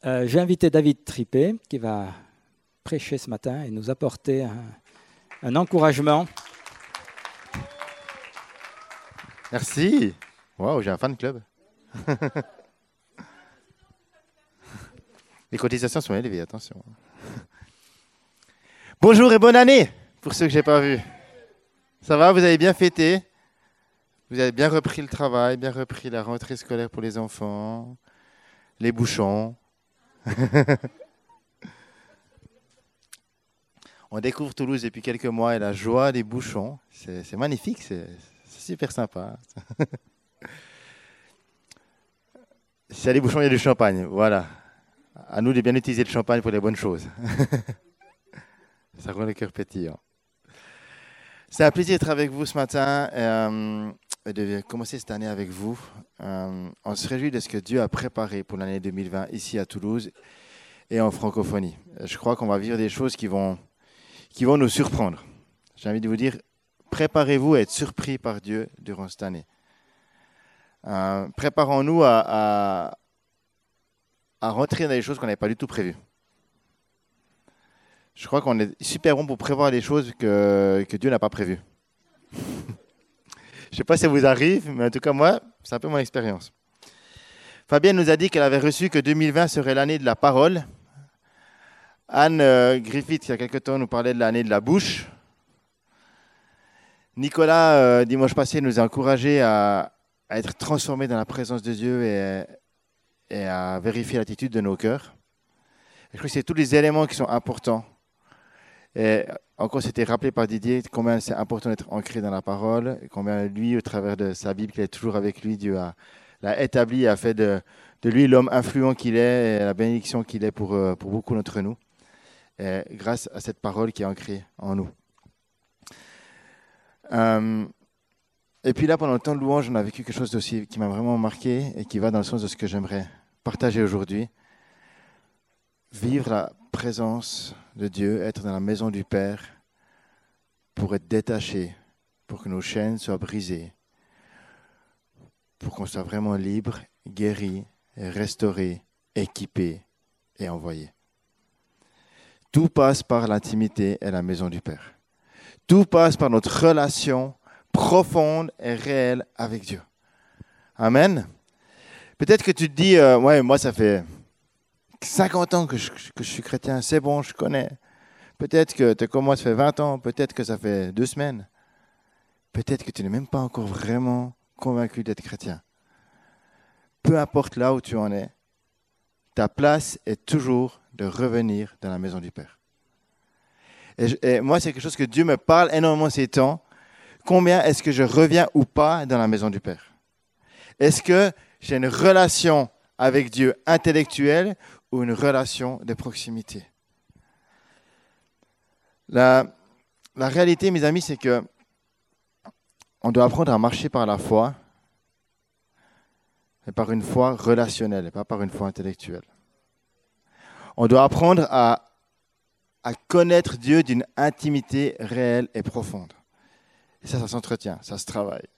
J'ai invité David Trippé qui va prêcher ce matin et nous apporter un encouragement. Merci. Waouh, j'ai un fan club. Les cotisations sont élevées, attention. Bonjour et bonne année pour ceux que je n'ai pas vus. Ça va, vous avez bien fêté? Vous avez bien repris le travail, bien repris la rentrée scolaire pour les enfants, les bouchons. On découvre Toulouse depuis quelques mois et la joie des bouchons, c'est magnifique, c'est super sympa. S'il y a des bouchons, il y a du champagne, voilà. À nous de bien utiliser le champagne pour les bonnes choses. Ça rend le cœur pétillant. C'est un plaisir d'être avec vous ce matin et de commencer cette année avec vous. On se réjouit de ce que Dieu a préparé pour l'année 2020 ici à Toulouse et en francophonie. Je crois qu'on va vivre des choses qui vont nous surprendre. J'ai envie de vous dire, préparez-vous à être surpris par Dieu durant cette année. Préparons-nous à rentrer dans des choses qu'on n'avait pas du tout prévues. Je crois qu'on est super bon pour prévoir les choses que Dieu n'a pas prévues. Je ne sais pas si ça vous arrive, mais en tout cas, moi, c'est un peu mon expérience. Fabienne nous a dit qu'elle avait reçu que 2020 serait l'année de la parole. Anne Griffith, il y a quelque temps, nous parlait de l'année de la bouche. Nicolas, dimanche passé, nous a encouragés à être transformés dans la présence de Dieu et à vérifier l'attitude de nos cœurs. Et je crois que c'est tous les éléments qui sont importants. Et encore, c'était rappelé par Didier combien c'est important d'être ancré dans la parole, et combien lui, au travers de sa Bible, qu'il est toujours avec lui, Dieu l'a établi, a fait de lui l'homme influent qu'il est, et la bénédiction qu'il est pour beaucoup d'entre nous, et grâce à cette parole qui est ancrée en nous. Et puis là, pendant le temps de louange, on a vécu quelque chose aussi qui m'a vraiment marqué et qui va dans le sens de ce que j'aimerais partager aujourd'hui. Vivre la présence de Dieu, être dans la maison du Père pour être détaché, pour que nos chaînes soient brisées, pour qu'on soit vraiment libre, guéri, restauré, équipé et envoyé. Tout passe par l'intimité et la maison du Père. Tout passe par notre relation profonde et réelle avec Dieu. Amen. Peut-être que tu te dis, ouais, moi ça fait 50 ans que je suis chrétien, c'est bon, je connais. Peut-être que tu commences, ça fait 20 ans, peut-être que ça fait 2 semaines. Peut-être que tu n'es même pas encore vraiment convaincu d'être chrétien. Peu importe là où tu en es, ta place est toujours de revenir dans la maison du Père. Et moi, c'est quelque chose que Dieu me parle énormément ces temps. Combien est-ce que je reviens ou pas dans la maison du Père? Est-ce que j'ai une relation avec Dieu intellectuelle ou une relation de proximité? La réalité, mes amis, c'est que on doit apprendre à marcher par la foi, mais par une foi relationnelle et pas par une foi intellectuelle. On doit apprendre à connaître Dieu d'une intimité réelle et profonde. Et ça s'entretient, ça se travaille.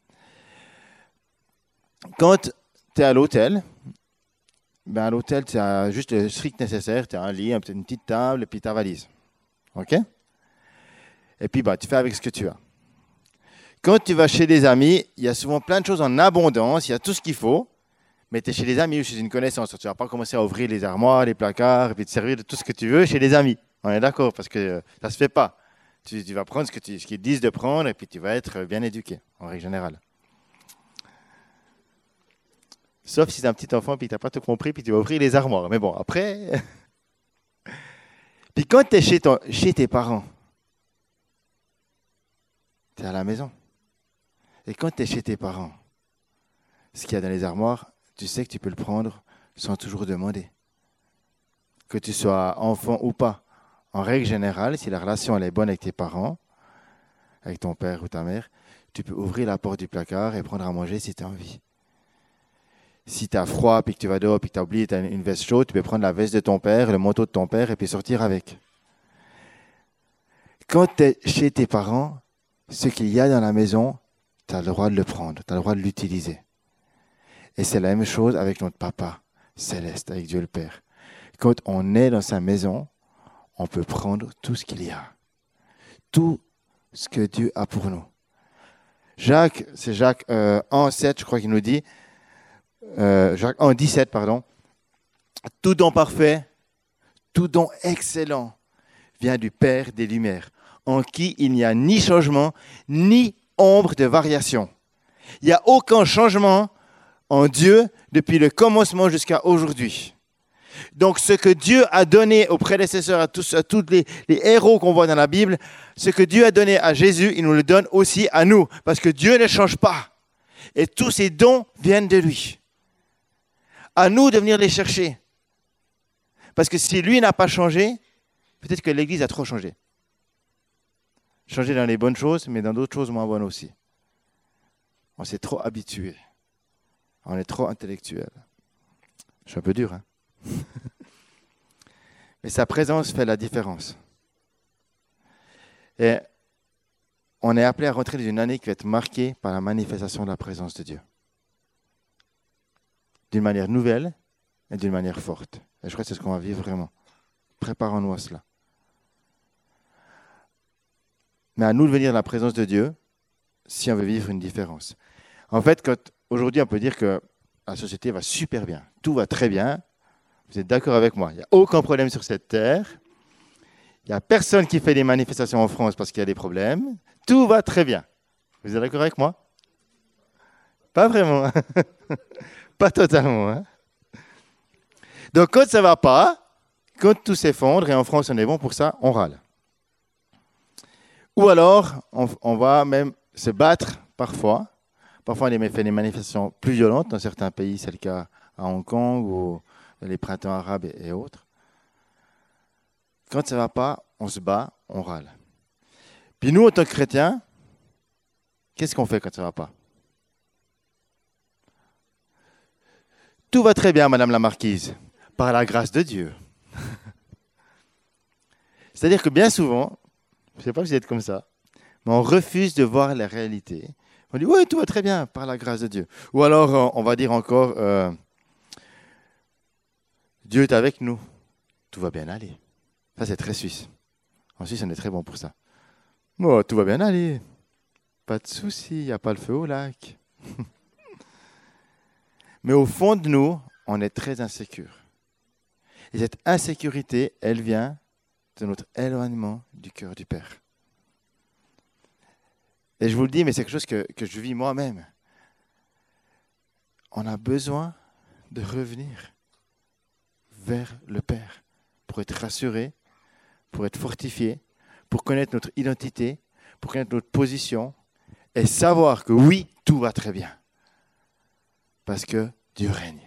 Quand tu es à l'hôtel, à l'hôtel, tu as juste le strict nécessaire. Tu as un lit, une petite table et puis ta valise. OK? Et puis, tu fais avec ce que tu as. Quand tu vas chez des amis, il y a souvent plein de choses en abondance, il y a tout ce qu'il faut, mais tu es chez des amis ou chez une connaissance. Tu ne vas pas commencer à ouvrir les armoires, les placards et puis te servir de tout ce que tu veux chez des amis. On est d'accord, parce que ça ne se fait pas. Tu vas prendre ce qu'ils disent de prendre et puis tu vas être bien éduqué, en règle générale. Sauf si tu es un petit enfant et que tu n'as pas tout compris, puis tu vas ouvrir les armoires. Mais bon, après... Puis quand tu es chez tes parents, tu es à la maison. Et quand tu es chez tes parents, ce qu'il y a dans les armoires, tu sais que tu peux le prendre sans toujours demander. Que tu sois enfant ou pas. En règle générale, si la relation elle est bonne avec tes parents, avec ton père ou ta mère, tu peux ouvrir la porte du placard et prendre à manger si tu as envie. Si tu as froid, puis que tu vas dehors, puis que tu as oublié une veste chaude, tu peux prendre la veste de ton père, le manteau de ton père, et puis sortir avec. Quand tu es chez tes parents, ce qu'il y a dans la maison, tu as le droit de le prendre, tu as le droit de l'utiliser. Et c'est la même chose avec notre Papa céleste, avec Dieu le Père. quand on est dans sa maison, on peut prendre tout ce qu'il y a. Tout ce que Dieu a pour nous. C'est Jacques 1,7, je crois qu'il nous dit, Jacques 1,17, pardon. Tout don parfait, tout don excellent vient du Père des Lumières, en qui il n'y a ni changement, ni ombre de variation. Il n'y a aucun changement en Dieu depuis le commencement jusqu'à aujourd'hui. Donc, ce que Dieu a donné aux prédécesseurs, à tous les héros qu'on voit dans la Bible, ce que Dieu a donné à Jésus, il nous le donne aussi à nous, parce que Dieu ne change pas. Et tous ces dons viennent de lui. À nous de venir les chercher. Parce que si lui n'a pas changé, peut-être que l'Église a trop changé. Changé dans les bonnes choses, mais dans d'autres choses moins bonnes aussi. On s'est trop habitué. On est trop intellectuel. Je suis un peu dur, hein? Mais sa présence fait la différence. Et on est appelé à rentrer dans une année qui va être marquée par la manifestation de la présence de Dieu. D'une manière nouvelle et d'une manière forte. Et je crois que c'est ce qu'on va vivre vraiment. Préparons-nous à cela. Mais à nous de venir dans la présence de Dieu si on veut vivre une différence. En fait, aujourd'hui, on peut dire que la société va super bien. Tout va très bien. Vous êtes d'accord avec moi? Il n'y a aucun problème sur cette terre. Il n'y a personne qui fait des manifestations en France parce qu'il y a des problèmes. Tout va très bien. Vous êtes d'accord avec moi? Pas vraiment. Pas totalement. Hein? Donc, quand ça ne va pas, quand tout s'effondre, et en France on est bon pour ça, on râle. Ou alors, on va même se battre parfois. Parfois, on fait des manifestations plus violentes. Dans certains pays, c'est le cas à Hong Kong ou les printemps arabes et autres. Quand ça ne va pas, on se bat, on râle. Puis nous, en tant que chrétiens, qu'est-ce qu'on fait quand ça ne va pas? Tout va très bien, Madame la Marquise, par la grâce de Dieu. C'est-à-dire que bien souvent, je ne sais pas si vous êtes comme ça, mais on refuse de voir la réalité. On dit, oui, tout va très bien, par la grâce de Dieu. Ou alors, on va dire encore, Dieu est avec nous, tout va bien aller. Ça, c'est très suisse. En Suisse, on est très bon pour ça. Oh, tout va bien aller. Pas de souci, il n'y a pas le feu au lac. Mais au fond de nous, on est très insécure. Et cette insécurité, elle vient de notre éloignement du cœur du Père. Et je vous le dis, mais c'est quelque chose que je vis moi-même. On a besoin de revenir vers le Père pour être rassuré, pour être fortifié, pour connaître notre identité, pour connaître notre position et savoir que oui, tout va très bien. Parce que Dieu règne.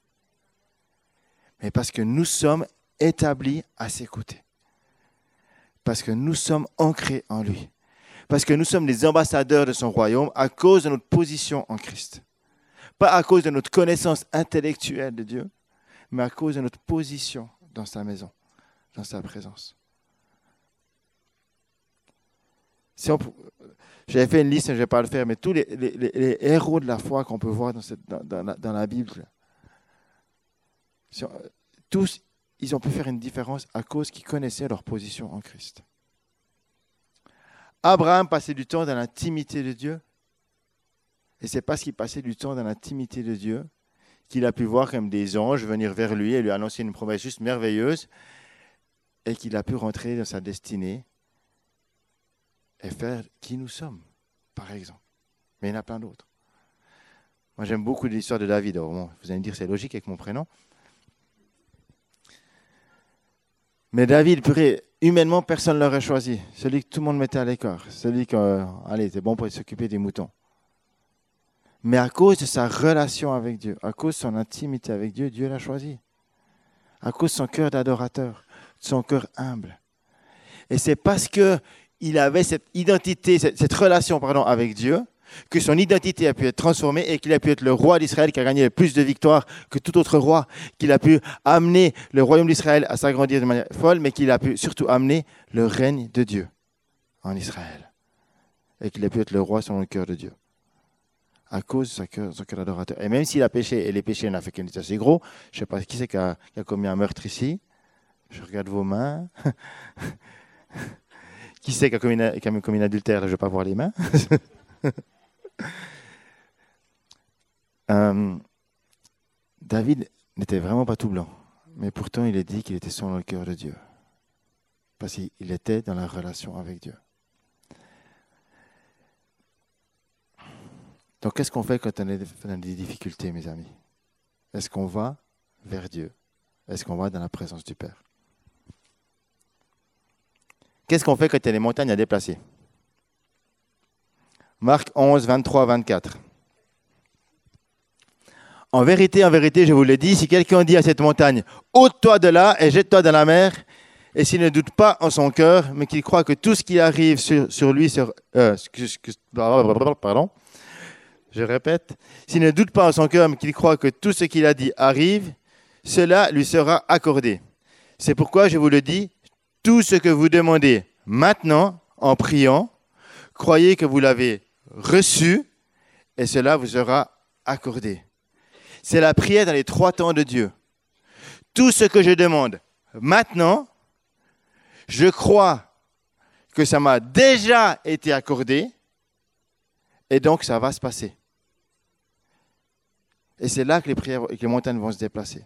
Mais parce que nous sommes établis à ses côtés. Parce que nous sommes ancrés en lui. Parce que nous sommes les ambassadeurs de son royaume à cause de notre position en Christ. Pas à cause de notre connaissance intellectuelle de Dieu, mais à cause de notre position dans sa maison, dans sa présence. J'avais fait une liste, je ne vais pas le faire, mais tous les héros de la foi qu'on peut voir dans la Bible, tous, ils ont pu faire une différence à cause qu'ils connaissaient leur position en Christ. Abraham passait du temps dans l'intimité de Dieu, et c'est parce qu'il passait du temps dans l'intimité de Dieu qu'il a pu voir comme des anges venir vers lui et lui annoncer une promesse juste merveilleuse, et qu'il a pu rentrer dans sa destinée et faire qui nous sommes, par exemple. Mais il y en a plein d'autres. Moi, j'aime beaucoup l'histoire de David. Alors, bon, vous allez me dire, c'est logique avec mon prénom. Mais David, humainement, personne ne l'aurait choisi. Celui que tout le monde mettait à l'écart. Celui qui, c'est bon pour s'occuper des moutons. Mais à cause de sa relation avec Dieu, à cause de son intimité avec Dieu, Dieu l'a choisi. À cause de son cœur d'adorateur, de son cœur humble. Et c'est parce qu'il avait cette identité, cette relation avec Dieu, que son identité a pu être transformée et qu'il a pu être le roi d'Israël qui a gagné le plus de victoires que tout autre roi, qu'il a pu amener le royaume d'Israël à s'agrandir de manière folle, mais qu'il a pu surtout amener le règne de Dieu en Israël. Et qu'il a pu être le roi selon le cœur de Dieu. à cause de son cœur adorateur. Et même s'il a péché, et les péchés n'ont fait qu'un était assez gros, je ne sais pas qui c'est qui a commis un meurtre ici. Je regarde vos mains. Qui c'est qui a commis un adultère? Là, je ne vais pas voir les mains. David n'était vraiment pas tout blanc, mais pourtant il est dit qu'il était selon le cœur de Dieu, parce qu'il était dans la relation avec Dieu. Donc qu'est-ce qu'on fait quand on est dans des difficultés, mes amis? Est-ce qu'on va vers Dieu? Est-ce qu'on va dans la présence du Père? Qu'est-ce qu'on fait quand il y a des montagnes à déplacer? Marc 11, 23, 24. En vérité, je vous le dis, si quelqu'un dit à cette montagne, ôte-toi de là et jette-toi dans la mer, et s'il ne doute pas en son cœur, mais qu'il croit que tout ce qui arrive sur lui, je répète, s'il ne doute pas en son cœur, mais qu'il croit que tout ce qu'il a dit arrive, cela lui sera accordé. C'est pourquoi je vous le dis, tout ce que vous demandez maintenant en priant, croyez que vous l'avez reçu et cela vous sera accordé. C'est la prière dans les 3 temps de Dieu. Tout ce que je demande maintenant, je crois que ça m'a déjà été accordé et donc ça va se passer. Et c'est là que les prières et que les montagnes vont se déplacer.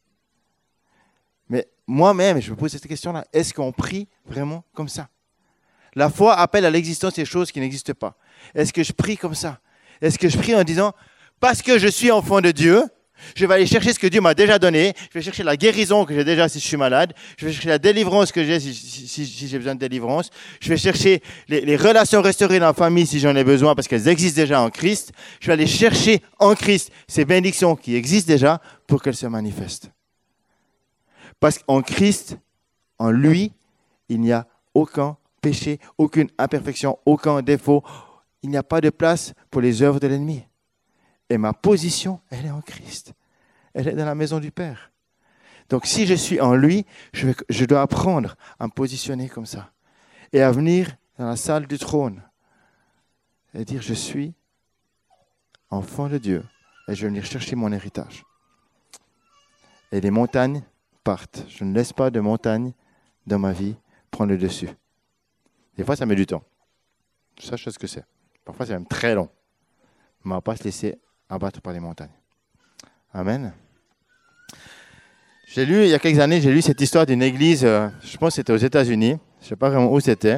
Mais moi-même, je me pose cette question-là, est-ce qu'on prie vraiment comme ça? La foi appelle à l'existence des choses qui n'existent pas. Est-ce que je prie comme ça? Est-ce que je prie en disant, parce que je suis enfant de Dieu, je vais aller chercher ce que Dieu m'a déjà donné, je vais chercher la guérison que j'ai déjà si je suis malade, je vais chercher la délivrance que j'ai si j'ai besoin de délivrance, je vais chercher les relations restaurées dans la famille si j'en ai besoin parce qu'elles existent déjà en Christ, je vais aller chercher en Christ ces bénédictions qui existent déjà pour qu'elles se manifestent. Parce qu'en Christ, en lui, il n'y a aucun péché, aucune imperfection, aucun défaut. Il n'y a pas de place pour les œuvres de l'ennemi. Et ma position, elle est en Christ. Elle est dans la maison du Père. Donc si je suis en lui, je dois apprendre à me positionner comme ça. Et à venir dans la salle du trône. Et dire, je suis enfant de Dieu. Et je vais venir chercher mon héritage. Et les montagnes partent. Je ne laisse pas de montagne dans ma vie prendre le dessus. Des fois, ça met du temps. Ça, je sais ce que c'est. Parfois, c'est même très long. Mais on ne va pas se laisser abattre par les montagnes. Amen. Il y a quelques années, j'ai lu cette histoire d'une église, je pense que c'était aux États-Unis, je ne sais pas vraiment où c'était,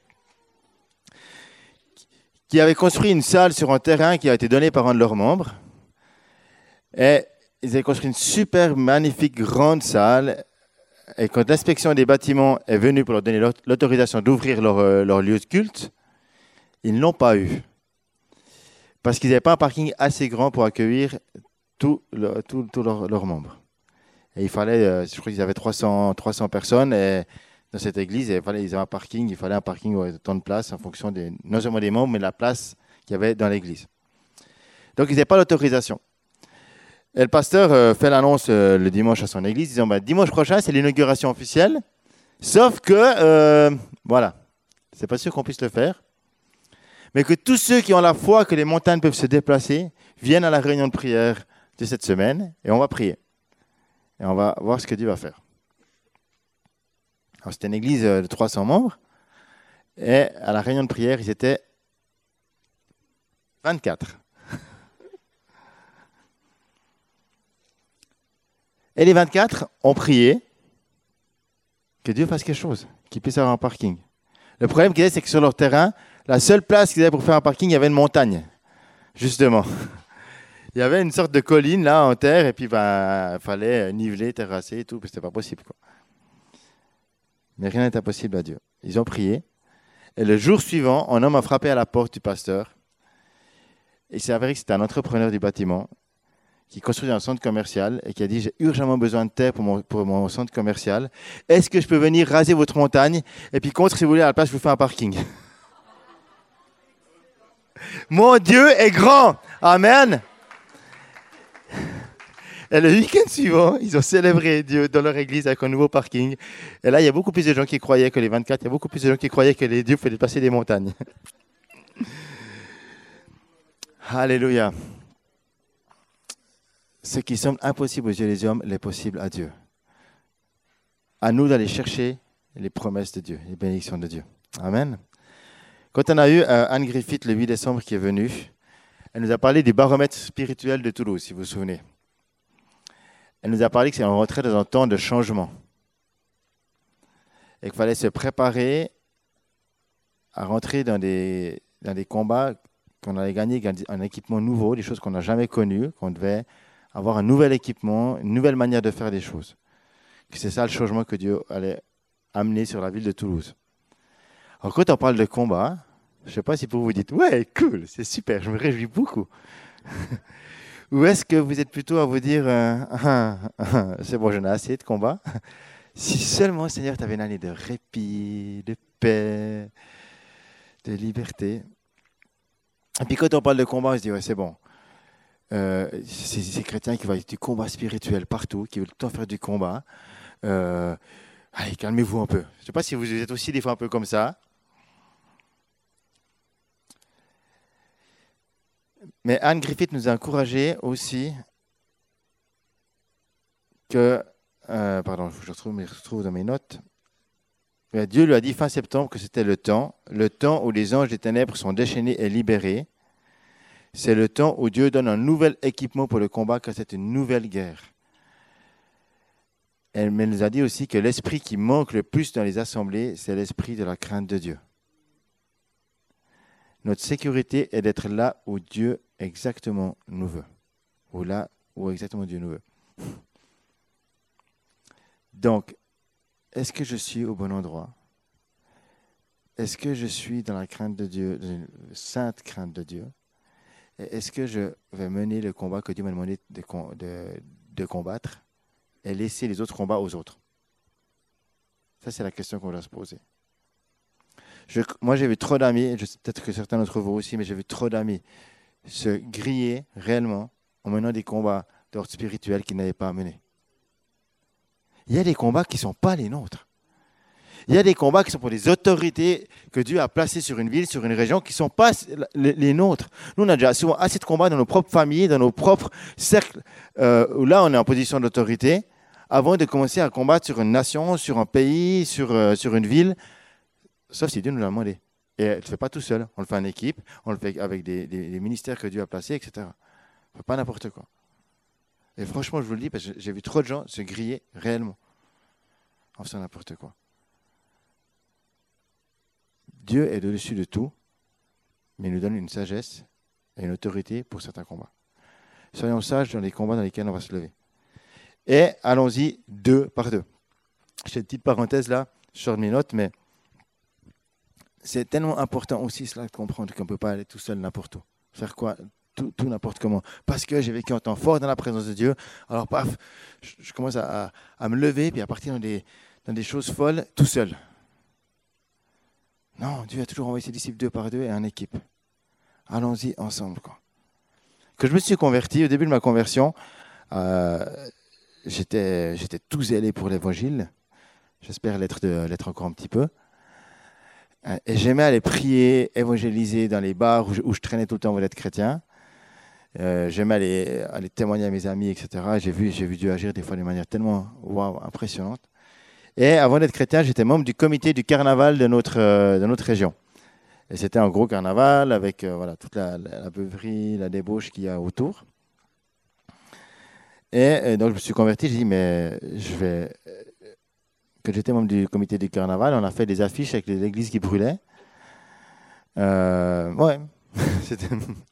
qui avait construit une salle sur un terrain qui a été donné par un de leurs membres. Et ils avaient construit une super magnifique grande salle. Et quand l'inspection des bâtiments est venue pour leur donner l'autorisation d'ouvrir leur lieu de culte, ils ne l'ont pas eu. Parce qu'ils n'avaient pas un parking assez grand pour accueillir tous leurs membres. Et il fallait, je crois qu'ils avaient 300 personnes et dans cette église, ils avaient un parking, il fallait un parking de tant de place en fonction non seulement des membres, mais de la place qu'il y avait dans l'église. Donc ils n'avaient pas l'autorisation. Et le pasteur fait l'annonce le dimanche à son église, disant dimanche prochain, c'est l'inauguration officielle, sauf que, voilà, c'est pas sûr qu'on puisse le faire, mais que tous ceux qui ont la foi que les montagnes peuvent se déplacer viennent à la réunion de prière de cette semaine et on va prier. Et on va voir ce que Dieu va faire. Alors, c'était une église de 300 membres et à la réunion de prière, ils étaient 24. Et les 24 ont prié que Dieu fasse quelque chose, qu'ils puissent avoir un parking. Le problème qu'ils avaient, c'est que sur leur terrain, la seule place qu'ils avaient pour faire un parking, il y avait une montagne, justement. Il y avait une sorte de colline là en terre et puis il fallait niveler, terrasser et tout, parce que c'était pas possible, quoi. Mais rien n'est impossible à Dieu. Ils ont prié et le jour suivant, un homme a frappé à la porte du pasteur. Et il s'est avéré que c'était un entrepreneur du bâtiment qui construisait un centre commercial et qui a dit « J'ai urgemment besoin de terre pour mon centre commercial. Est-ce que je peux venir raser votre montagne? Et puis contre, si vous voulez, à la place, je vous fais un parking. » Mon Dieu est grand. Amen. Et le week-end suivant, ils ont célébré Dieu dans leur église avec un nouveau parking. Et là, il y a beaucoup plus de gens qui croyaient que les 24. Il y a beaucoup plus de gens qui croyaient que Dieu fait passer des montagnes. Alléluia. Ce qui semble impossible aux yeux des hommes l'est possible à Dieu. À nous d'aller chercher les promesses de Dieu, les bénédictions de Dieu. Amen. Quand on a eu Anne Griffith le 8 décembre qui est venue, elle nous a parlé du baromètre spirituel de Toulouse, si vous vous souvenez. Elle nous a parlé que c'est on rentrait dans un temps de changement et qu'il fallait se préparer à rentrer dans des combats qu'on allait gagner un équipement nouveau, des choses qu'on n'a jamais connues, qu'on devait avoir un nouvel équipement, une nouvelle manière de faire des choses. Que c'est ça le changement que Dieu allait amener sur la ville de Toulouse. Alors quand on parle de combat, je ne sais pas si pour vous dites « Ouais, cool, c'est super, je me réjouis beaucoup ». Ou est-ce que vous êtes plutôt à vous dire « C'est bon, j'en ai assez de combat ». Si seulement, Seigneur, tu avais une année de répit, de paix, de liberté. Et puis quand on parle de combat, on se dit « Ouais, c'est bon ». Ces chrétiens qui voient du combat spirituel partout, qui veulent tout le temps faire du combat. Allez, calmez-vous un peu. Je ne sais pas si vous êtes aussi des fois un peu comme ça. Mais Anne Griffith nous a encouragé aussi que... je retrouve dans mes notes. Mais Dieu lui a dit fin septembre que c'était le temps où les anges des ténèbres sont déchaînés et libérés. C'est le temps où Dieu donne un nouvel équipement pour le combat, car c'est une nouvelle guerre. Elle nous a dit aussi que l'esprit qui manque le plus dans les assemblées, c'est l'esprit de la crainte de Dieu. Notre sécurité est d'être là où Dieu exactement nous veut. Ou là où exactement Dieu nous veut. Donc, est-ce que je suis au bon endroit? Est-ce que je suis dans la crainte de Dieu, dans une sainte crainte de Dieu? Est-ce que je vais mener le combat que Dieu m'a demandé de combattre et laisser les autres combats aux autres? Ça, c'est la question qu'on doit se poser. Moi, j'ai vu trop d'amis, peut-être que certains d'entre vous aussi, mais j'ai vu trop d'amis se griller réellement en menant des combats d'ordre spirituel qu'ils n'avaient pas à mener. Il y a des combats qui ne sont pas les nôtres. Il y a des combats qui sont pour des autorités que Dieu a placées sur une ville, sur une région, qui ne sont pas les nôtres. Nous, on a déjà souvent assez de combats dans nos propres familles, dans nos propres cercles, où là, on est en position d'autorité, avant de commencer à combattre sur une nation, sur un pays, sur une ville, sauf si Dieu nous l'a demandé. Et on ne le fait pas tout seul, on le fait en équipe, on le fait avec des ministères que Dieu a placés, etc. On ne fait pas n'importe quoi. Et franchement, je vous le dis, parce que j'ai vu trop de gens se griller réellement en faisant n'importe quoi. Dieu est au-dessus de tout, mais il nous donne une sagesse et une autorité pour certains combats. Soyons sages dans les combats dans lesquels on va se lever. Et allons-y 2 par 2. J'ai une petite parenthèse là, je sors de mes notes, mais c'est tellement important aussi cela de comprendre qu'on ne peut pas aller tout seul n'importe où. Faire quoi? Tout n'importe comment. Parce que j'ai vécu un temps fort dans la présence de Dieu, alors paf, je commence à me lever, puis à partir dans des choses folles, tout seul. Non, Dieu a toujours envoyé ses disciples 2 par 2 et en équipe. Allons-y ensemble, quoi. Quand je me suis converti, au début de ma conversion, j'étais tout zélé pour l'évangile. J'espère l'être encore un petit peu. Et j'aimais aller prier, évangéliser dans les bars où je traînais tout le temps pour être chrétien. J'aimais aller témoigner à mes amis, etc. J'ai vu Dieu agir des fois de manière tellement impressionnante. Et avant d'être chrétien, j'étais membre du comité du carnaval de notre région. Et c'était un gros carnaval avec toute la beuverie, la débauche qu'il y a autour. Et donc je me suis converti, j'ai dit, mais quand j'étais membre du comité du carnaval, on a fait des affiches avec les églises qui brûlaient. C'était...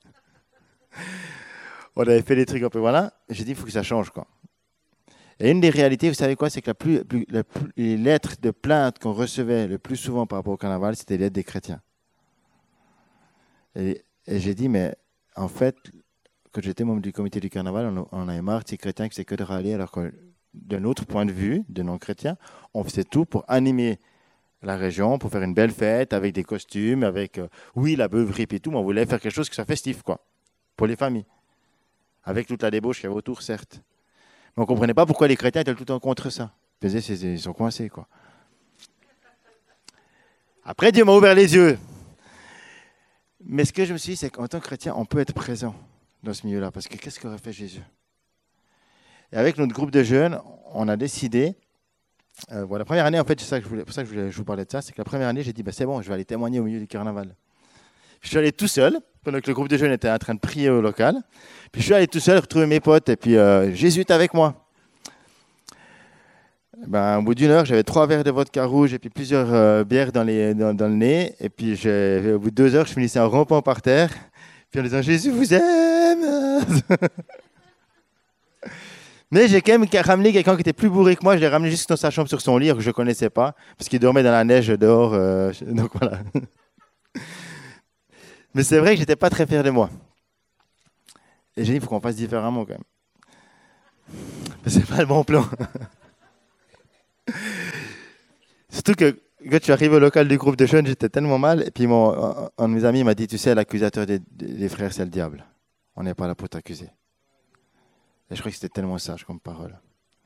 on avait fait des trucs un peu, voilà. J'ai dit, il faut que ça change, quoi. Et une des réalités, vous savez quoi, c'est que les lettres de plainte qu'on recevait le plus souvent par rapport au carnaval, c'était les lettres des chrétiens. Et j'ai dit, mais en fait, quand j'étais membre du comité du carnaval, on avait marre de ces chrétiens qui faisaient que de râler, alors que de notre point de vue, de non-chrétiens, on faisait tout pour animer la région, pour faire une belle fête avec des costumes, avec, la beuverie et tout, mais on voulait faire quelque chose qui soit festif, quoi, pour les familles. Avec toute la débauche qu'il y avait autour, certes. Mais on ne comprenait pas pourquoi les chrétiens étaient tout le temps contre ça. Ils sont coincés, quoi. Après, Dieu m'a ouvert les yeux. Mais ce que je me suis dit, c'est qu'en tant que chrétien, on peut être présent dans ce milieu-là. Parce que qu'est-ce qu'aurait fait Jésus? Et avec notre groupe de jeunes, on a décidé, la première année, en fait, c'est pour ça que je vous parlais de ça, c'est que la première année, j'ai dit, c'est bon, je vais aller témoigner au milieu du carnaval. Je suis allé tout seul, pendant que le groupe de jeunes était en train de prier au local. Puis je suis allé tout seul retrouver mes potes, et puis Jésus est avec moi. Au bout d'une heure, j'avais 3 verres de vodka rouge et puis plusieurs bières dans le nez. Et puis, au bout de 2 heures, je finissais en rampant par terre. Puis en disant « Jésus vous aime !» Mais j'ai quand même ramené quelqu'un qui était plus bourré que moi. Je l'ai ramené juste dans sa chambre sur son lit, que je ne connaissais pas, parce qu'il dormait dans la neige dehors. Donc voilà. Mais c'est vrai que je n'étais pas très fier de moi. Et j'ai dit « il faut qu'on fasse différemment quand même. » Mais ce n'est pas le bon plan. Surtout que quand je suis arrivé au local du groupe de jeunes, j'étais tellement mal. Et puis un de mes amis m'a dit, tu sais, l'accusateur des frères, c'est le diable. On n'est pas là pour t'accuser. Et je crois que c'était tellement sage comme parole.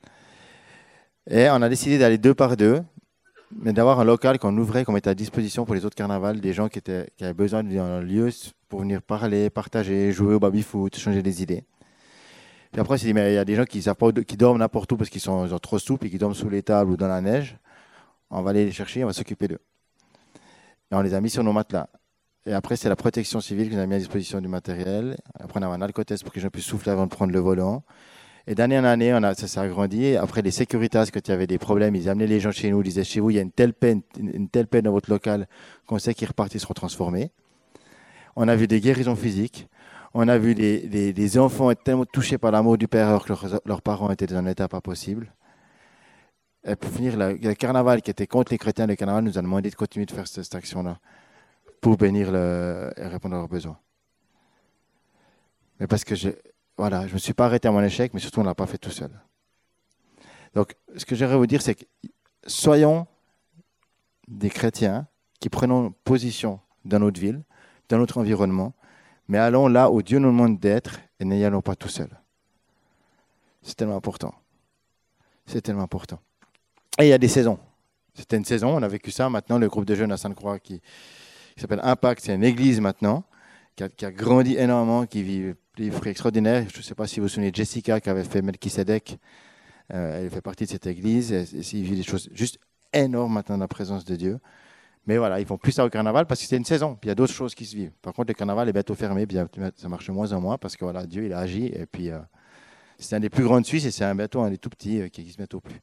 Et on a décidé d'aller 2 par 2, mais d'avoir un local qu'on ouvrait, qu'on mettait à disposition pour les autres carnavals, des gens qui avaient besoin d'un lieu pour venir parler, partager, jouer au baby-foot, changer des idées. Puis après, on s'est dit, mais il y a des gens qui dorment n'importe où parce qu'ils sont trop souples et qui dorment sous les tables ou dans la neige. On va aller les chercher, on va s'occuper d'eux. Et on les a mis sur nos matelas. Et après, c'est la protection civile qui nous a mis à disposition du matériel. Après, on avait un alcotest pour que les gens puissent souffler avant de prendre le volant. Et d'année en année, ça s'est agrandi. Et après, les Securitas, quand il y avait des problèmes, ils amenaient les gens chez nous, ils disaient, chez vous, il y a une telle peine dans votre local qu'on sait qu'ils repartent, ils seront transformés. On a vu des guérisons physiques. On a vu des enfants être tellement touchés par l'amour du Père alors que leurs parents étaient dans un état pas possible. Et pour finir, le carnaval qui était contre les chrétiens, le carnaval nous a demandé de continuer de faire cette action-là pour bénir et répondre à leurs besoins. Mais parce que je ne me suis pas arrêté à mon échec, mais surtout on ne l'a pas fait tout seul. Donc, ce que j'aimerais vous dire, c'est que soyons des chrétiens qui prenons position dans notre ville, dans notre environnement, mais allons là où Dieu nous demande d'être et n'y allons pas tout seul. C'est tellement important. C'est tellement important. Et il y a des saisons. C'était une saison, on a vécu ça. Maintenant, le groupe de jeunes à Sainte-Croix qui s'appelle Impact, c'est une église maintenant, qui a grandi énormément, qui vit des fruits extraordinaires. Je ne sais pas si vous vous souvenez de Jessica qui avait fait Melchisedec. Elle fait partie de cette église. Il vit des choses juste énormes maintenant dans la présence de Dieu. Mais voilà, ils font plus ça au carnaval parce que c'est une saison. Puis il y a d'autres choses qui se vivent. Par contre, le carnaval est bientôt fermé. Ça marche de moins en moins parce que voilà, Dieu il a agi. Et puis, c'est un des plus grands de Suisse et c'est bientôt un des tout petits qui n'existe bientôt plus.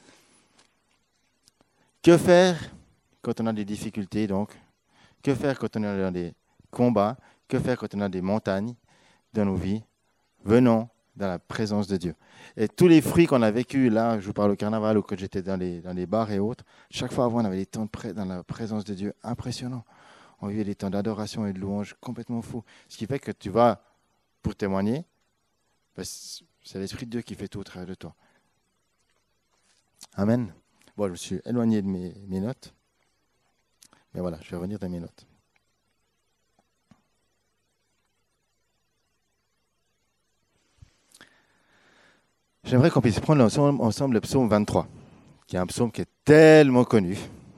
Que faire quand on a des difficultés donc? Que faire quand on est dans des combats? Que faire quand on a des montagnes dans nos vies? Venons dans la présence de Dieu. Et tous les fruits qu'on a vécus, là, je vous parle au carnaval ou quand j'étais dans les bars et autres, chaque fois avant, on avait des temps dans la présence de Dieu impressionnants. On vivait des temps d'adoration et de louange complètement fous. Ce qui fait que tu vas, pour témoigner, c'est l'Esprit de Dieu qui fait tout au travers de toi. Amen. Bon, je me suis éloigné de mes notes. Mais voilà, je vais revenir dans mes notes. J'aimerais qu'on puisse prendre ensemble le psaume 23, qui est un psaume qui est tellement connu,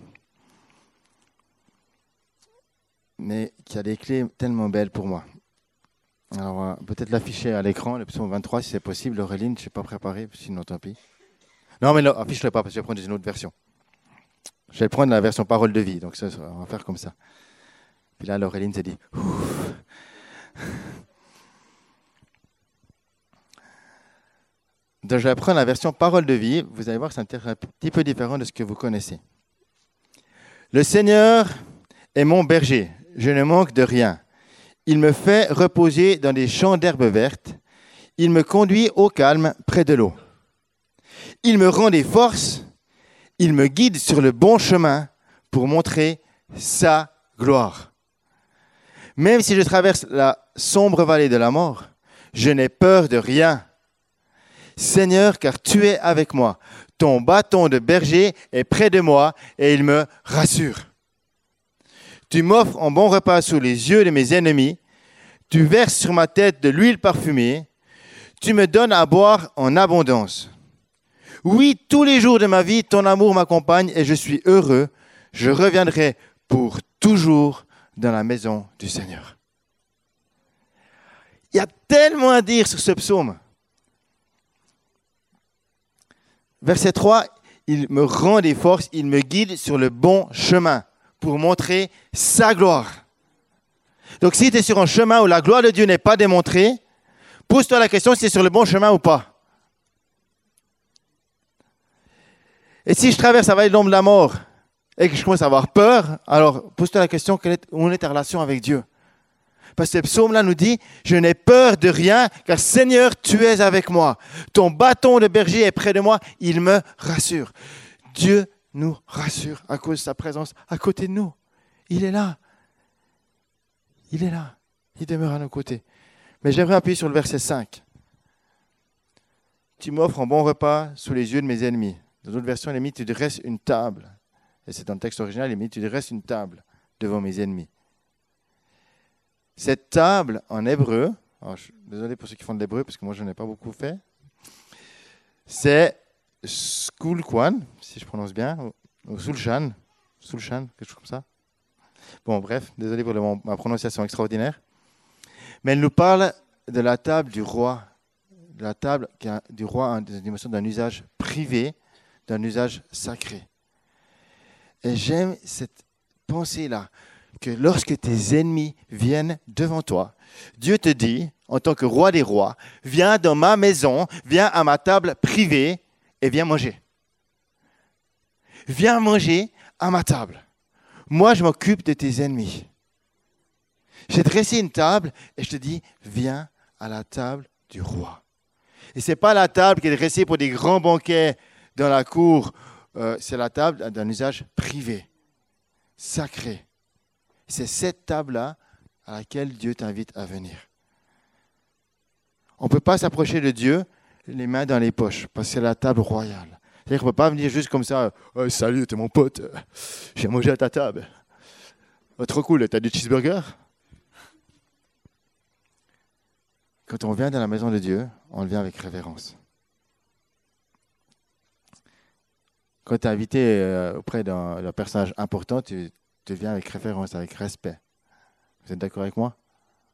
mais qui a des clés tellement belles pour moi. Alors, peut-être l'afficher à l'écran, le psaume 23, si c'est possible. Auréline, je ne suis pas préparé, sinon tant pis. Non, mais affiche-le pas, parce que je vais prendre une autre version. Je vais prendre la version parole de vie, donc ça, on va faire comme ça. Puis là, Auréline s'est dit, ouf. Donc, je vais prendre la version parole de vie. Vous allez voir que c'est un petit peu différent de ce que vous connaissez. Le Seigneur est mon berger. Je ne manque de rien. Il me fait reposer dans des champs d'herbes vertes. Il me conduit au calme près de l'eau. Il me rend des forces. Il me guide sur le bon chemin pour montrer sa gloire. Même si je traverse la sombre vallée de la mort, je n'ai peur de rien. Seigneur, car tu es avec moi. Ton bâton de berger est près de moi et il me rassure. Tu m'offres un bon repas sous les yeux de mes ennemis. Tu verses sur ma tête de l'huile parfumée. Tu me donnes à boire en abondance. Oui, tous les jours de ma vie, ton amour m'accompagne et je suis heureux. Je reviendrai pour toujours dans la maison du Seigneur. Il y a tellement à dire sur ce psaume. Verset 3, il me rend des forces, il me guide sur le bon chemin pour montrer sa gloire. Donc si tu es sur un chemin où la gloire de Dieu n'est pas démontrée, pose-toi la question si tu es sur le bon chemin ou pas. Et si je traverse la vallée de l'ombre de la mort et que je commence à avoir peur, alors pose-toi la question, où est ta relation avec Dieu? Parce que ce psaume-là nous dit, je n'ai peur de rien, car Seigneur, tu es avec moi. Ton bâton de berger est près de moi, il me rassure. Dieu nous rassure à cause de sa présence à côté de nous. Il est là. Il est là. Il demeure à nos côtés. Mais j'aimerais appuyer sur le verset 5. Tu m'offres un bon repas sous les yeux de mes ennemis. Dans d'autres versions, il est mis, tu dresses une table. Et c'est dans le texte original, il est mis, tu dresses une table devant mes ennemis. Cette table en hébreu, alors je suis désolé pour ceux qui font de l'hébreu parce que moi je n'en ai pas beaucoup fait, c'est Skulkwan, si je prononce bien, ou Sulshan, quelque chose comme ça. Bon, bref, désolé pour ma prononciation extraordinaire. Mais elle nous parle de la table du roi, de la table du roi dans une dimension d'un usage privé, d'un usage sacré. Et j'aime cette pensée-là, que lorsque tes ennemis viennent devant toi, Dieu te dit, en tant que roi des rois, viens dans ma maison, viens à ma table privée et viens manger. Viens manger à ma table. Moi, je m'occupe de tes ennemis. J'ai dressé une table et je te dis, viens à la table du roi. Et ce n'est pas la table qui est dressée pour des grands banquets dans la cour, c'est la table d'un usage privé, sacré. C'est cette table-là à laquelle Dieu t'invite à venir. On ne peut pas s'approcher de Dieu les mains dans les poches, parce que c'est la table royale. C'est-à-dire qu'on ne peut pas venir juste comme ça, oh, « Salut, t'es mon pote, j'ai mangé à ta table. Oh, trop cool, t'as du cheeseburger ?» Quand on vient dans la maison de Dieu, on vient avec révérence. Quand tu es invité auprès d'un personnage important, tu viens avec révérence, avec respect. Vous êtes d'accord avec moi?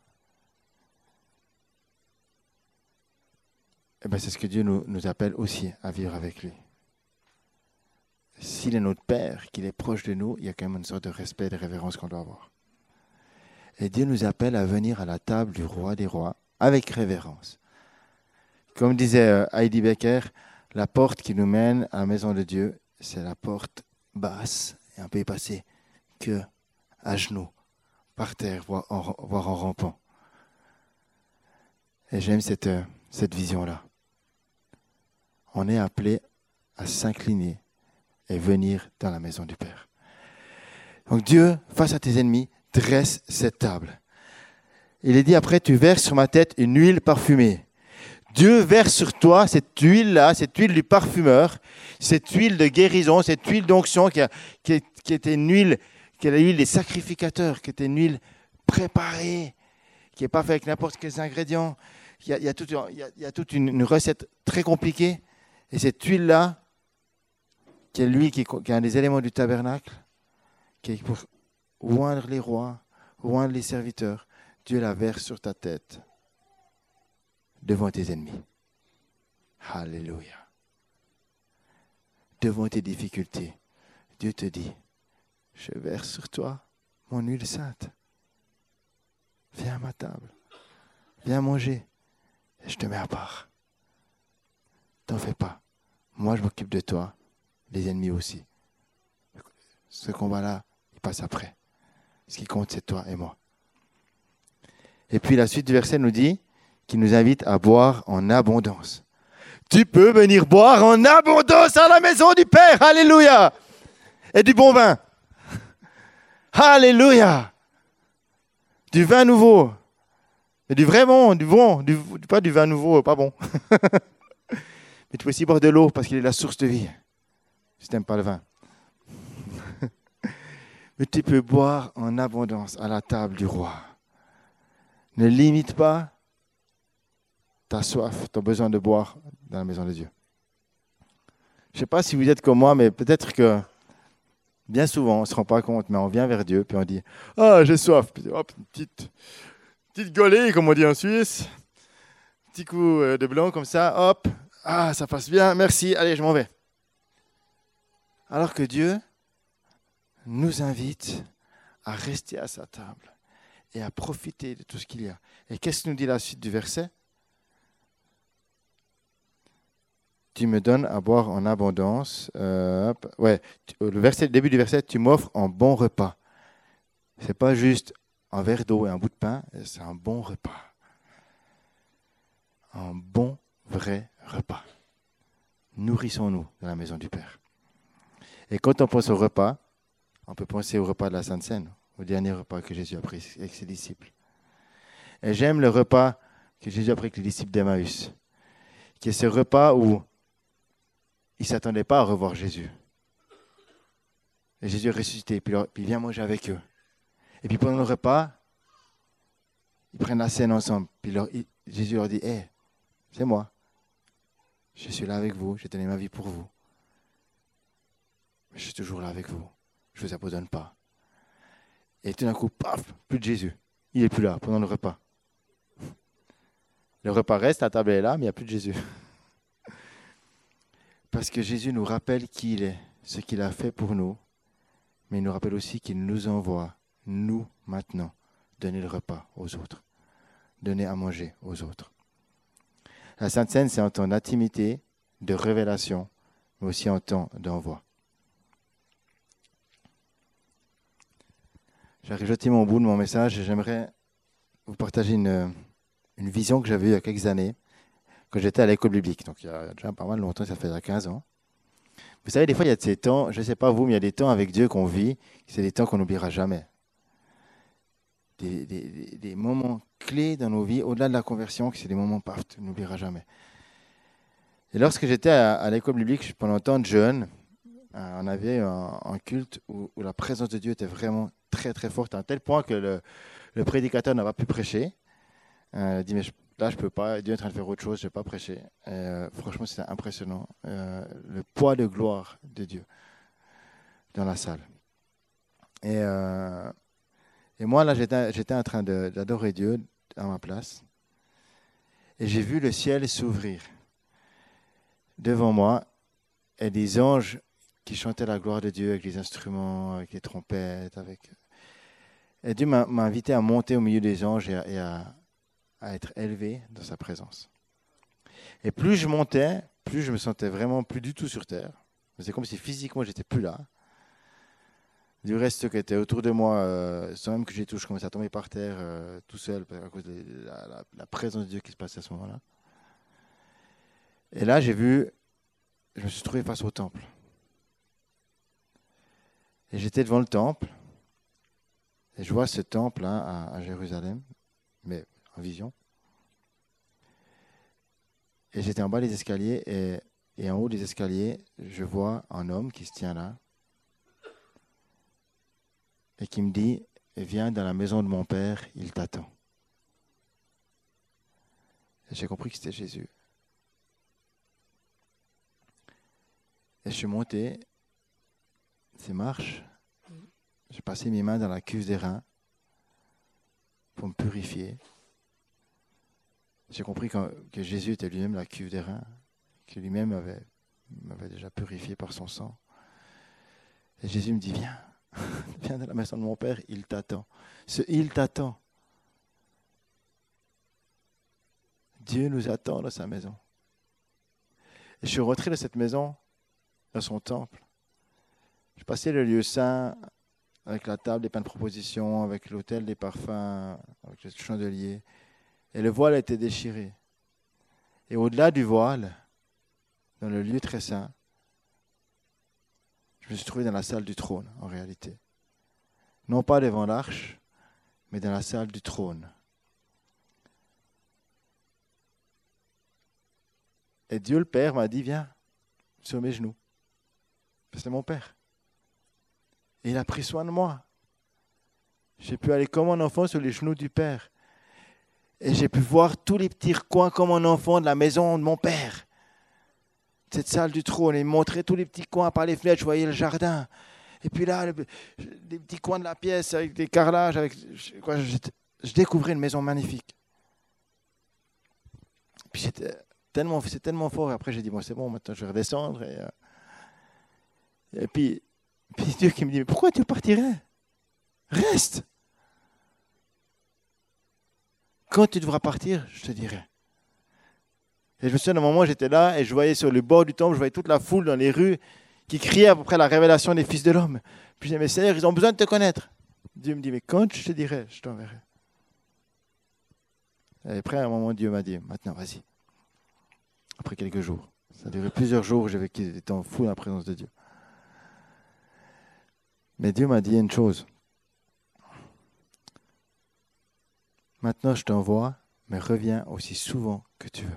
Eh bien, c'est ce que Dieu nous appelle aussi à vivre avec lui. S'il est notre Père, qu'il est proche de nous, il y a quand même une sorte de respect et de révérence qu'on doit avoir. Et Dieu nous appelle à venir à la table du roi des rois avec révérence. Comme disait Heidi Becker, la porte qui nous mène à la maison de Dieu, c'est la porte basse et on peut y passer que à genoux, par terre, voire en rampant. Et j'aime cette vision-là. On est appelé à s'incliner et venir dans la maison du Père. Donc Dieu, face à tes ennemis, dresse cette table. Il est dit après, tu verses sur ma tête une huile parfumée. Dieu verse sur toi cette huile-là, cette huile du parfumeur, cette huile de guérison, cette huile d'onction qui était une huile, qui est l'huile des sacrificateurs, qui était une huile préparée, qui n'est pas faite avec n'importe quels ingrédients. Il y a toute une recette très compliquée. Et cette huile-là, qui est l'huile qui est un des éléments du tabernacle, qui est pour oindre les rois, oindre les serviteurs, Dieu la verse sur ta tête devant tes ennemis. Alléluia. Devant tes difficultés, Dieu te dit, je verse sur toi mon huile sainte. Viens à ma table, viens manger, et je te mets à part. T'en fais pas. Moi, je m'occupe de toi, les ennemis aussi. Ce combat-là, il passe après. Ce qui compte, c'est toi et moi. Et puis la suite du verset nous dit qu'il nous invite à boire en abondance. Tu peux venir boire en abondance à la maison du Père. Alléluia. Et du bon vin. Alléluia. Du vin nouveau. Et du vrai bon, pas du vin nouveau, pas bon. Mais tu peux aussi boire de l'eau parce qu'il est la source de vie. Si tu n'aimes pas le vin. Mais tu peux boire en abondance à la table du roi. Ne limite pas ta soif, ton besoin de boire dans la maison de Dieu. Je ne sais pas si vous êtes comme moi, mais peut-être que Bien souvent, on ne se rend pas compte, mais on vient vers Dieu, puis on dit « Ah, j'ai soif !» Puis hop, une petite gaulée, comme on dit en Suisse. Petit coup de blanc comme ça, hop. Ah, ça passe bien, merci, allez, je m'en vais. Alors que Dieu nous invite à rester à sa table et à profiter de tout ce qu'il y a. Et qu'est-ce que nous dit la suite du verset ? Tu me donnes à boire en abondance. Le début du verset, tu m'offres un bon repas. Ce n'est pas juste un verre d'eau et un bout de pain, c'est un bon repas. Un bon, vrai repas. Nourrissons-nous dans la maison du Père. Et quand on pense au repas, on peut penser au repas de la Sainte Seine, au dernier repas que Jésus a pris avec ses disciples. Et j'aime le repas que Jésus a pris avec les disciples d'Emmaüs, qui est ce repas où ils ne s'attendaient pas à revoir Jésus. Et Jésus est ressuscité, puis il vient manger avec eux. Et puis pendant le repas, ils prennent la scène ensemble. Puis Jésus leur dit, hey, c'est moi. Je suis là avec vous, j'ai donné ma vie pour vous. Mais je suis toujours là avec vous. Je ne vous abandonne pas. Et tout d'un coup, paf, plus de Jésus. Il n'est plus là pendant le repas. Le repas reste, la table est là, mais il n'y a plus de Jésus. Parce que Jésus nous rappelle qui il est, ce qu'il a fait pour nous, mais il nous rappelle aussi qu'il nous envoie, nous, maintenant, donner le repas aux autres, donner à manger aux autres. La Sainte Seine, c'est en temps d'intimité, de révélation, mais aussi en temps d'envoi. J'arrive gentiment au bout de mon message et j'aimerais vous partager une vision que j'avais eue il y a quelques années, quand j'étais à l'école biblique. Donc il y a déjà pas mal longtemps, ça fait 15 ans. Vous savez, des fois, il y a de ces temps, je ne sais pas vous, mais il y a des temps avec Dieu qu'on vit, c'est des temps qu'on n'oubliera jamais. Des moments clés dans nos vies, au-delà de la conversion, que c'est des moments, paf, tu n'oublieras jamais. Et lorsque j'étais à l'école biblique, pendant un temps de jeûne, on avait un culte où la présence de Dieu était vraiment très très forte, à un tel point que le prédicateur n'a pas pu prêcher. Il dit, mais là je ne peux pas, Dieu est en train de faire autre chose, je ne vais pas prêcher. Franchement, c'était impressionnant, le poids de gloire de Dieu dans la salle. Et moi, là, j'étais en train d'adorer Dieu à ma place. Et j'ai vu le ciel s'ouvrir devant moi et des anges qui chantaient la gloire de Dieu avec les instruments, avec les trompettes. Et Dieu m'a invité à monter au milieu des anges et à être élevé dans sa présence. Et plus je montais, plus je me sentais vraiment plus du tout sur terre. C'est comme si physiquement, j'étais plus là. Du reste, qui était autour de moi, sans même que j'y touche, je commençais à tomber par terre tout seul à cause de la présence de Dieu qui se passait à ce moment-là. Et là, je me suis trouvé face au temple. Et j'étais devant le temple. Et je vois ce temple à Jérusalem, mais en vision. Et j'étais en bas des escaliers et en haut des escaliers, je vois un homme qui se tient là et qui me dit, viens dans la maison de mon père, il t'attend. Et j'ai compris que c'était Jésus. Et je suis monté ces marches, j'ai passé mes mains dans la cuve des reins pour me purifier. J'ai compris que Jésus était lui-même la cuve des reins, que lui-même m'avait déjà purifié par son sang. Et Jésus me dit, viens, viens dans la maison de mon Père, il t'attend. Il t'attend. Dieu nous attend dans sa maison. Et je suis rentré dans cette maison, dans son temple. Je passais le lieu saint, avec la table des pains de proposition, avec l'autel des parfums, avec le chandelier. Et le voile était déchiré. Et au-delà du voile, dans le lieu très saint, je me suis trouvé dans la salle du trône, en réalité. Non pas devant l'arche, mais dans la salle du trône. Et Dieu le Père m'a dit, viens, sur mes genoux. C'est mon Père. Et il a pris soin de moi. J'ai pu aller comme un enfant sur les genoux du Père. Et j'ai pu voir tous les petits coins comme un enfant de la maison de mon Père. Cette salle du trône, il me montrait tous les petits coins par les fenêtres, je voyais le jardin. Et puis là, des petits coins de la pièce avec des carrelages, je découvrais une maison magnifique. Puis c'est tellement fort. Et après, j'ai dit, bon, c'est bon, maintenant je vais redescendre. Et puis Dieu qui me dit, mais pourquoi tu partirais? Reste. Quand tu devras partir, je te dirai. Et je me souviens d'un moment, j'étais là et je voyais sur le bord du temple, je voyais toute la foule dans les rues qui criait à peu près la révélation des fils de l'homme. Puis je disais, mais Seigneur, ils ont besoin de te connaître. Dieu me dit, mais quand je te dirai, je t'enverrai. Et après, à un moment, Dieu m'a dit, maintenant, vas-y. Après quelques jours. Ça a duré plusieurs jours, j'avais été en fou dans la présence de Dieu. Mais Dieu m'a dit une chose. Maintenant, je t'envoie, mais reviens aussi souvent que tu veux.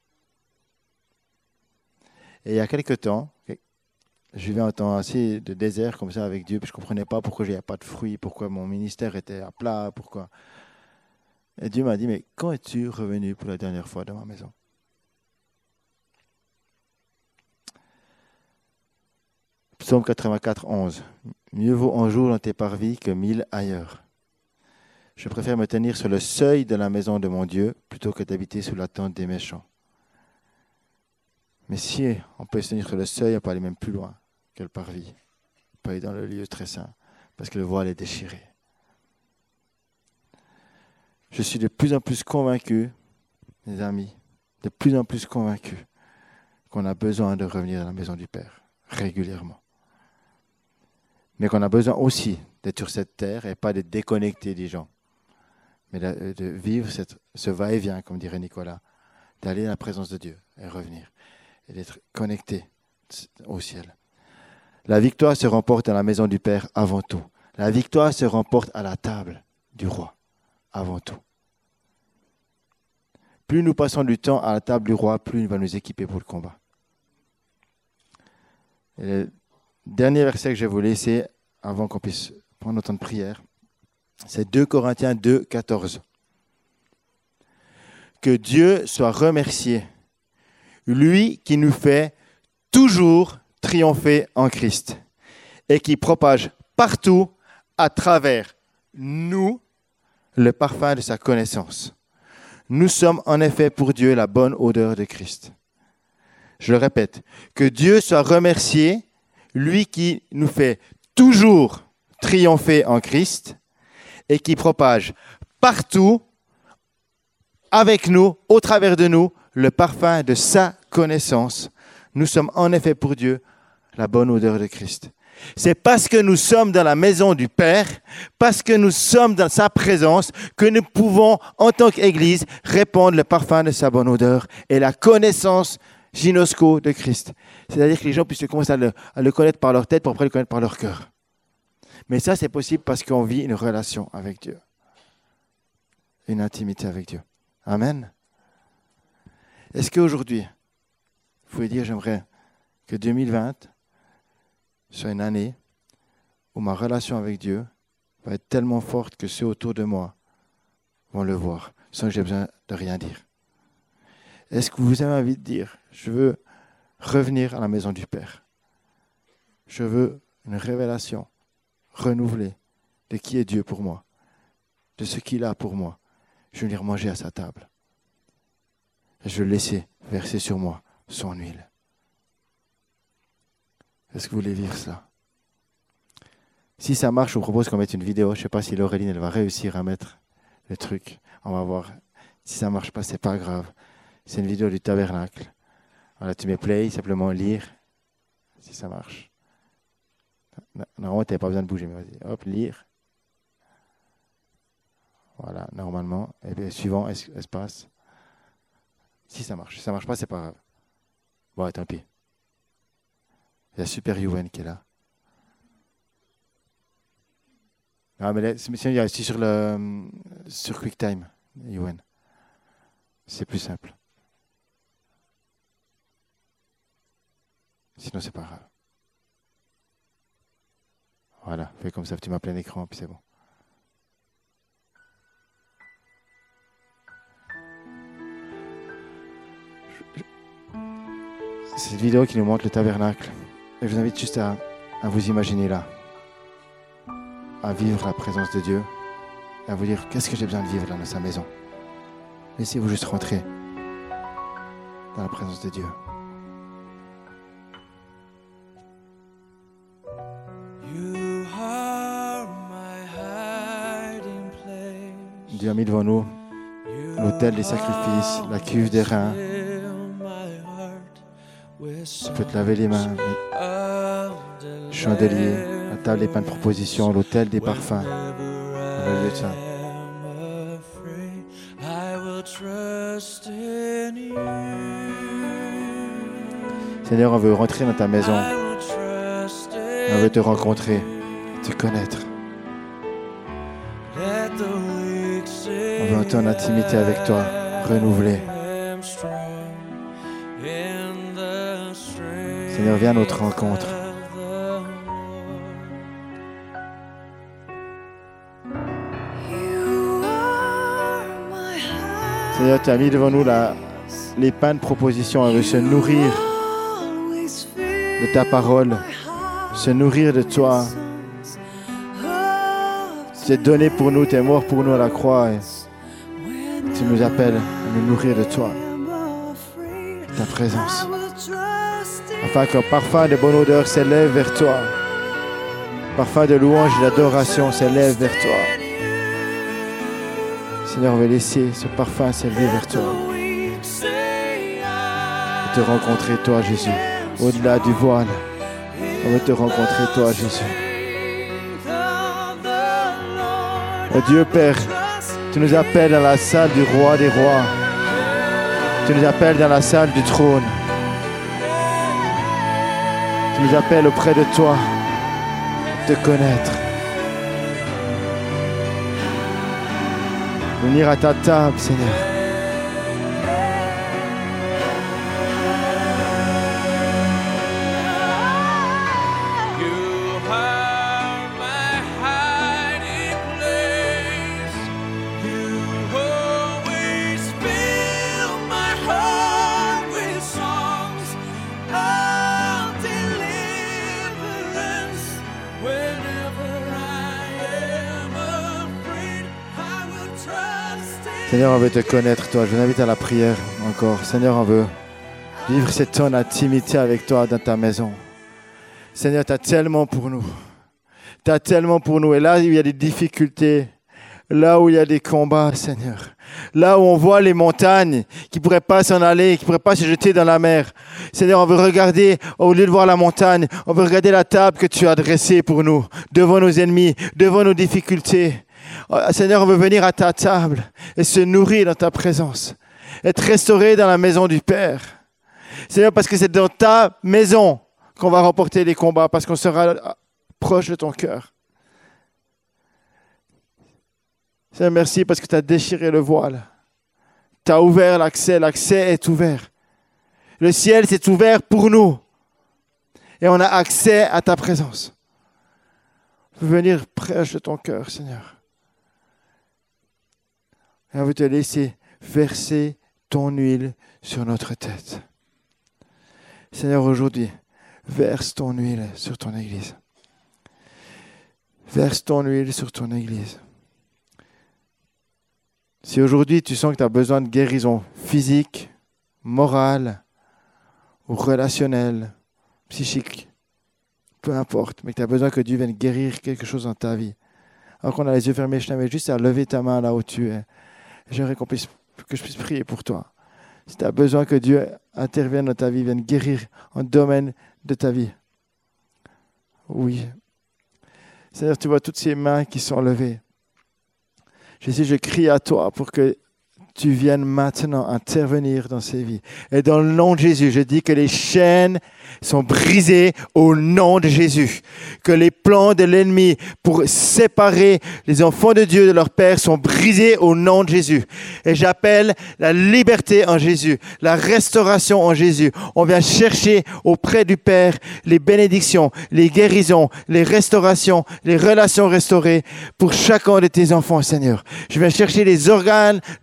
Et il y a quelque temps, je vivais un temps assez de désert comme ça avec Dieu, puis je ne comprenais pas pourquoi il n'y avait pas de fruits, pourquoi mon ministère était à plat, pourquoi. Et Dieu m'a dit, mais quand es-tu revenu pour la dernière fois dans ma maison? Psaume 84, 11. Mieux vaut un jour dans tes parvis que 1000 ailleurs. Je préfère me tenir sur le seuil de la maison de mon Dieu plutôt que d'habiter sous la tente des méchants. Mais si on peut se tenir sur le seuil, on peut aller même plus loin que le parvis. On peut aller dans le lieu très saint, parce que le voile est déchiré. Je suis de plus en plus convaincu, mes amis, de plus en plus convaincu qu'on a besoin de revenir dans la maison du Père régulièrement. Mais qu'on a besoin aussi d'être sur cette terre et pas d'être déconnecté des gens. Mais de vivre ce va-et-vient, comme dirait Nicolas, d'aller dans la présence de Dieu et revenir. Et d'être connecté au ciel. La victoire se remporte dans la maison du Père avant tout. La victoire se remporte à la table du roi avant tout. Plus nous passons du temps à la table du roi, plus il va nous équiper pour le combat. Et le dernier verset que je vais vous laisser avant qu'on puisse prendre notre temps de prière, c'est 2 Corinthiens 2, 14. Que Dieu soit remercié, lui qui nous fait toujours triompher en Christ et qui propage partout à travers nous le parfum de sa connaissance. Nous sommes en effet pour Dieu la bonne odeur de Christ. Je le répète, que Dieu soit remercié, lui qui nous fait toujours triompher en Christ et qui propage partout avec nous, au travers de nous, le parfum de sa connaissance. Nous sommes en effet pour Dieu la bonne odeur de Christ. C'est parce que nous sommes dans la maison du Père, parce que nous sommes dans sa présence, que nous pouvons, en tant qu'Église, répandre le parfum de sa bonne odeur et la connaissance gynosco de Christ. C'est-à-dire que les gens puissent commencer à le connaître par leur tête pour après le connaître par leur cœur. Mais ça, c'est possible parce qu'on vit une relation avec Dieu. Une intimité avec Dieu. Amen. Est-ce qu'aujourd'hui, vous pouvez dire, j'aimerais que 2020 soit une année où ma relation avec Dieu va être tellement forte que ceux autour de moi vont le voir, sans que j'ai besoin de rien dire. Est-ce que vous avez envie de dire, je veux revenir à la maison du Père. Je veux une révélation renouvelée de qui est Dieu pour moi, de ce qu'il a pour moi. Je veux venir manger à sa table. Et je veux le laisser verser sur moi son huile. Est-ce que vous voulez vivre cela? Si ça marche, je vous propose qu'on mette une vidéo. Je ne sais pas si Laureline elle va réussir à mettre le truc. On va voir. Si ça ne marche pas, ce n'est pas grave. C'est une vidéo du tabernacle. Voilà, tu mets play, simplement lire. Si ça marche. Normalement, tu n'avais pas besoin de bouger, mais vas-y. Hop, lire. Voilà, normalement. Et puis, suivant, espace. Si ça marche. Si ça ne marche pas, c'est pas grave. Bon, tant pis. Il y a Super Yuwen qui est là. Ah, mais là, il y a aussi sur QuickTime, Yuwen. C'est plus simple. Sinon, c'est pas grave. Voilà, fais comme ça, tu mets plein écran, puis c'est bon. C'est cette vidéo qui nous montre le tabernacle. Et je vous invite juste à vous imaginer là. à vivre la présence de Dieu et à vous dire qu'est-ce que j'ai besoin de vivre là dans sa maison. Laissez-vous juste rentrer dans la présence de Dieu. Dieu a mis devant nous l'autel des sacrifices, la cuve des reins. Tu peux te laver les mains, le chandelier, la table des pains de proposition, l'autel des parfums. Au milieu de ça. Seigneur, on veut rentrer dans ta maison. On veut te rencontrer, te connaître. On veut entrer en intimité avec toi, renouvelé. Seigneur, viens à notre rencontre. Seigneur, tu as mis devant nous les pains de proposition. On veut se nourrir de ta parole, se nourrir de toi. Tu es donné pour nous, tu es mort pour nous à la croix. Et tu nous appelles à nous nourrir de toi, ta présence. Afin qu'un parfum de bonne odeur s'élève vers toi. Parfum de louange et d'adoration s'élève vers toi. Seigneur, on veut laisser ce parfum s'élever vers toi. Et te rencontrer, toi, Jésus. Au-delà du voile, on veut te rencontrer, toi, Jésus. Oh Dieu Père, tu nous appelles dans la salle du roi des rois. Tu nous appelles dans la salle du trône. Tu nous appelles auprès de toi, te connaître. Venir à ta table, Seigneur. Seigneur, on veut te connaître, toi. Je vous invite à la prière encore. Seigneur, on veut vivre cette temps d'intimité avec toi dans ta maison. Seigneur, tu as tellement pour nous. Tu as tellement pour nous. Et là où il y a des difficultés, là où il y a des combats, Seigneur, là où on voit les montagnes qui ne pourraient pas s'en aller, qui ne pourraient pas se jeter dans la mer. Seigneur, on veut regarder, au lieu de voir la montagne, on veut regarder la table que tu as dressée pour nous, devant nos ennemis, devant nos difficultés. Seigneur, on veut venir à ta table et se nourrir dans ta présence, être restauré dans la maison du Père. Seigneur, parce que c'est dans ta maison qu'on va remporter les combats, parce qu'on sera proche de ton cœur. Seigneur, merci parce que tu as déchiré le voile. Tu as ouvert l'accès est ouvert. Le ciel s'est ouvert pour nous et on a accès à ta présence. On veut venir proche de ton cœur, Seigneur. Et on veut te laisser verser ton huile sur notre tête. Seigneur, aujourd'hui, verse ton huile sur ton Église. Verse ton huile sur ton Église. Si aujourd'hui tu sens que tu as besoin de guérison physique, morale ou relationnelle, psychique, peu importe, mais que tu as besoin que Dieu vienne guérir quelque chose dans ta vie. Alors qu'on a les yeux fermés, je t'invite juste à lever ta main là où tu es. J'aimerais que je puisse prier pour toi. Si tu as besoin que Dieu intervienne dans ta vie, vienne guérir un domaine de ta vie. Oui. Seigneur, tu vois toutes ces mains qui sont levées. Jésus, je crie à toi pour que tu viennes maintenant intervenir dans ces vies. Et dans le nom de Jésus, je dis que les chaînes sont brisées au nom de Jésus. Que les plans de l'ennemi pour séparer les enfants de Dieu de leur Père sont brisés au nom de Jésus. Et j'appelle la liberté en Jésus, la restauration en Jésus. On vient chercher auprès du Père les bénédictions, les guérisons, les restaurations, les relations restaurées pour chacun de tes enfants, Seigneur. Je viens chercher les organes nouveaux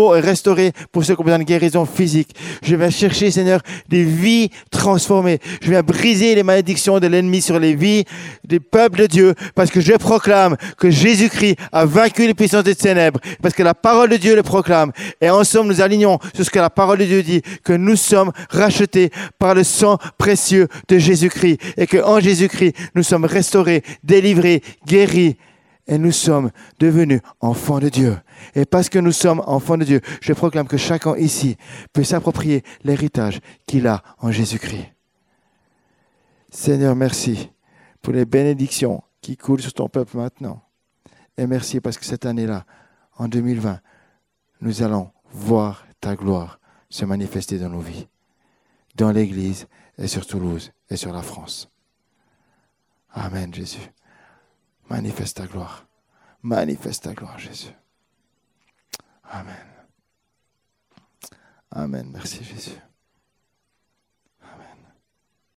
repos et restauré pour ceux qui ont besoin de guérison physique. Je viens chercher, Seigneur, des vies transformées. Je viens briser les malédictions de l'ennemi sur les vies du peuple de Dieu parce que je proclame que Jésus-Christ a vaincu les puissances des ténèbres, parce que la parole de Dieu le proclame. Et ensemble, nous alignons sur ce que la parole de Dieu dit, que nous sommes rachetés par le sang précieux de Jésus-Christ et qu'en Jésus-Christ, nous sommes restaurés, délivrés, guéris. Et nous sommes devenus enfants de Dieu. Et parce que nous sommes enfants de Dieu, je proclame que chacun ici peut s'approprier l'héritage qu'il a en Jésus-Christ. Seigneur, merci pour les bénédictions qui coulent sur ton peuple maintenant. Et merci parce que cette année-là, en 2020, nous allons voir ta gloire se manifester dans nos vies, dans l'Église et sur Toulouse et sur la France. Amen, Jésus. Manifeste ta gloire. Manifeste ta gloire, Jésus. Amen. Amen. Merci, Jésus.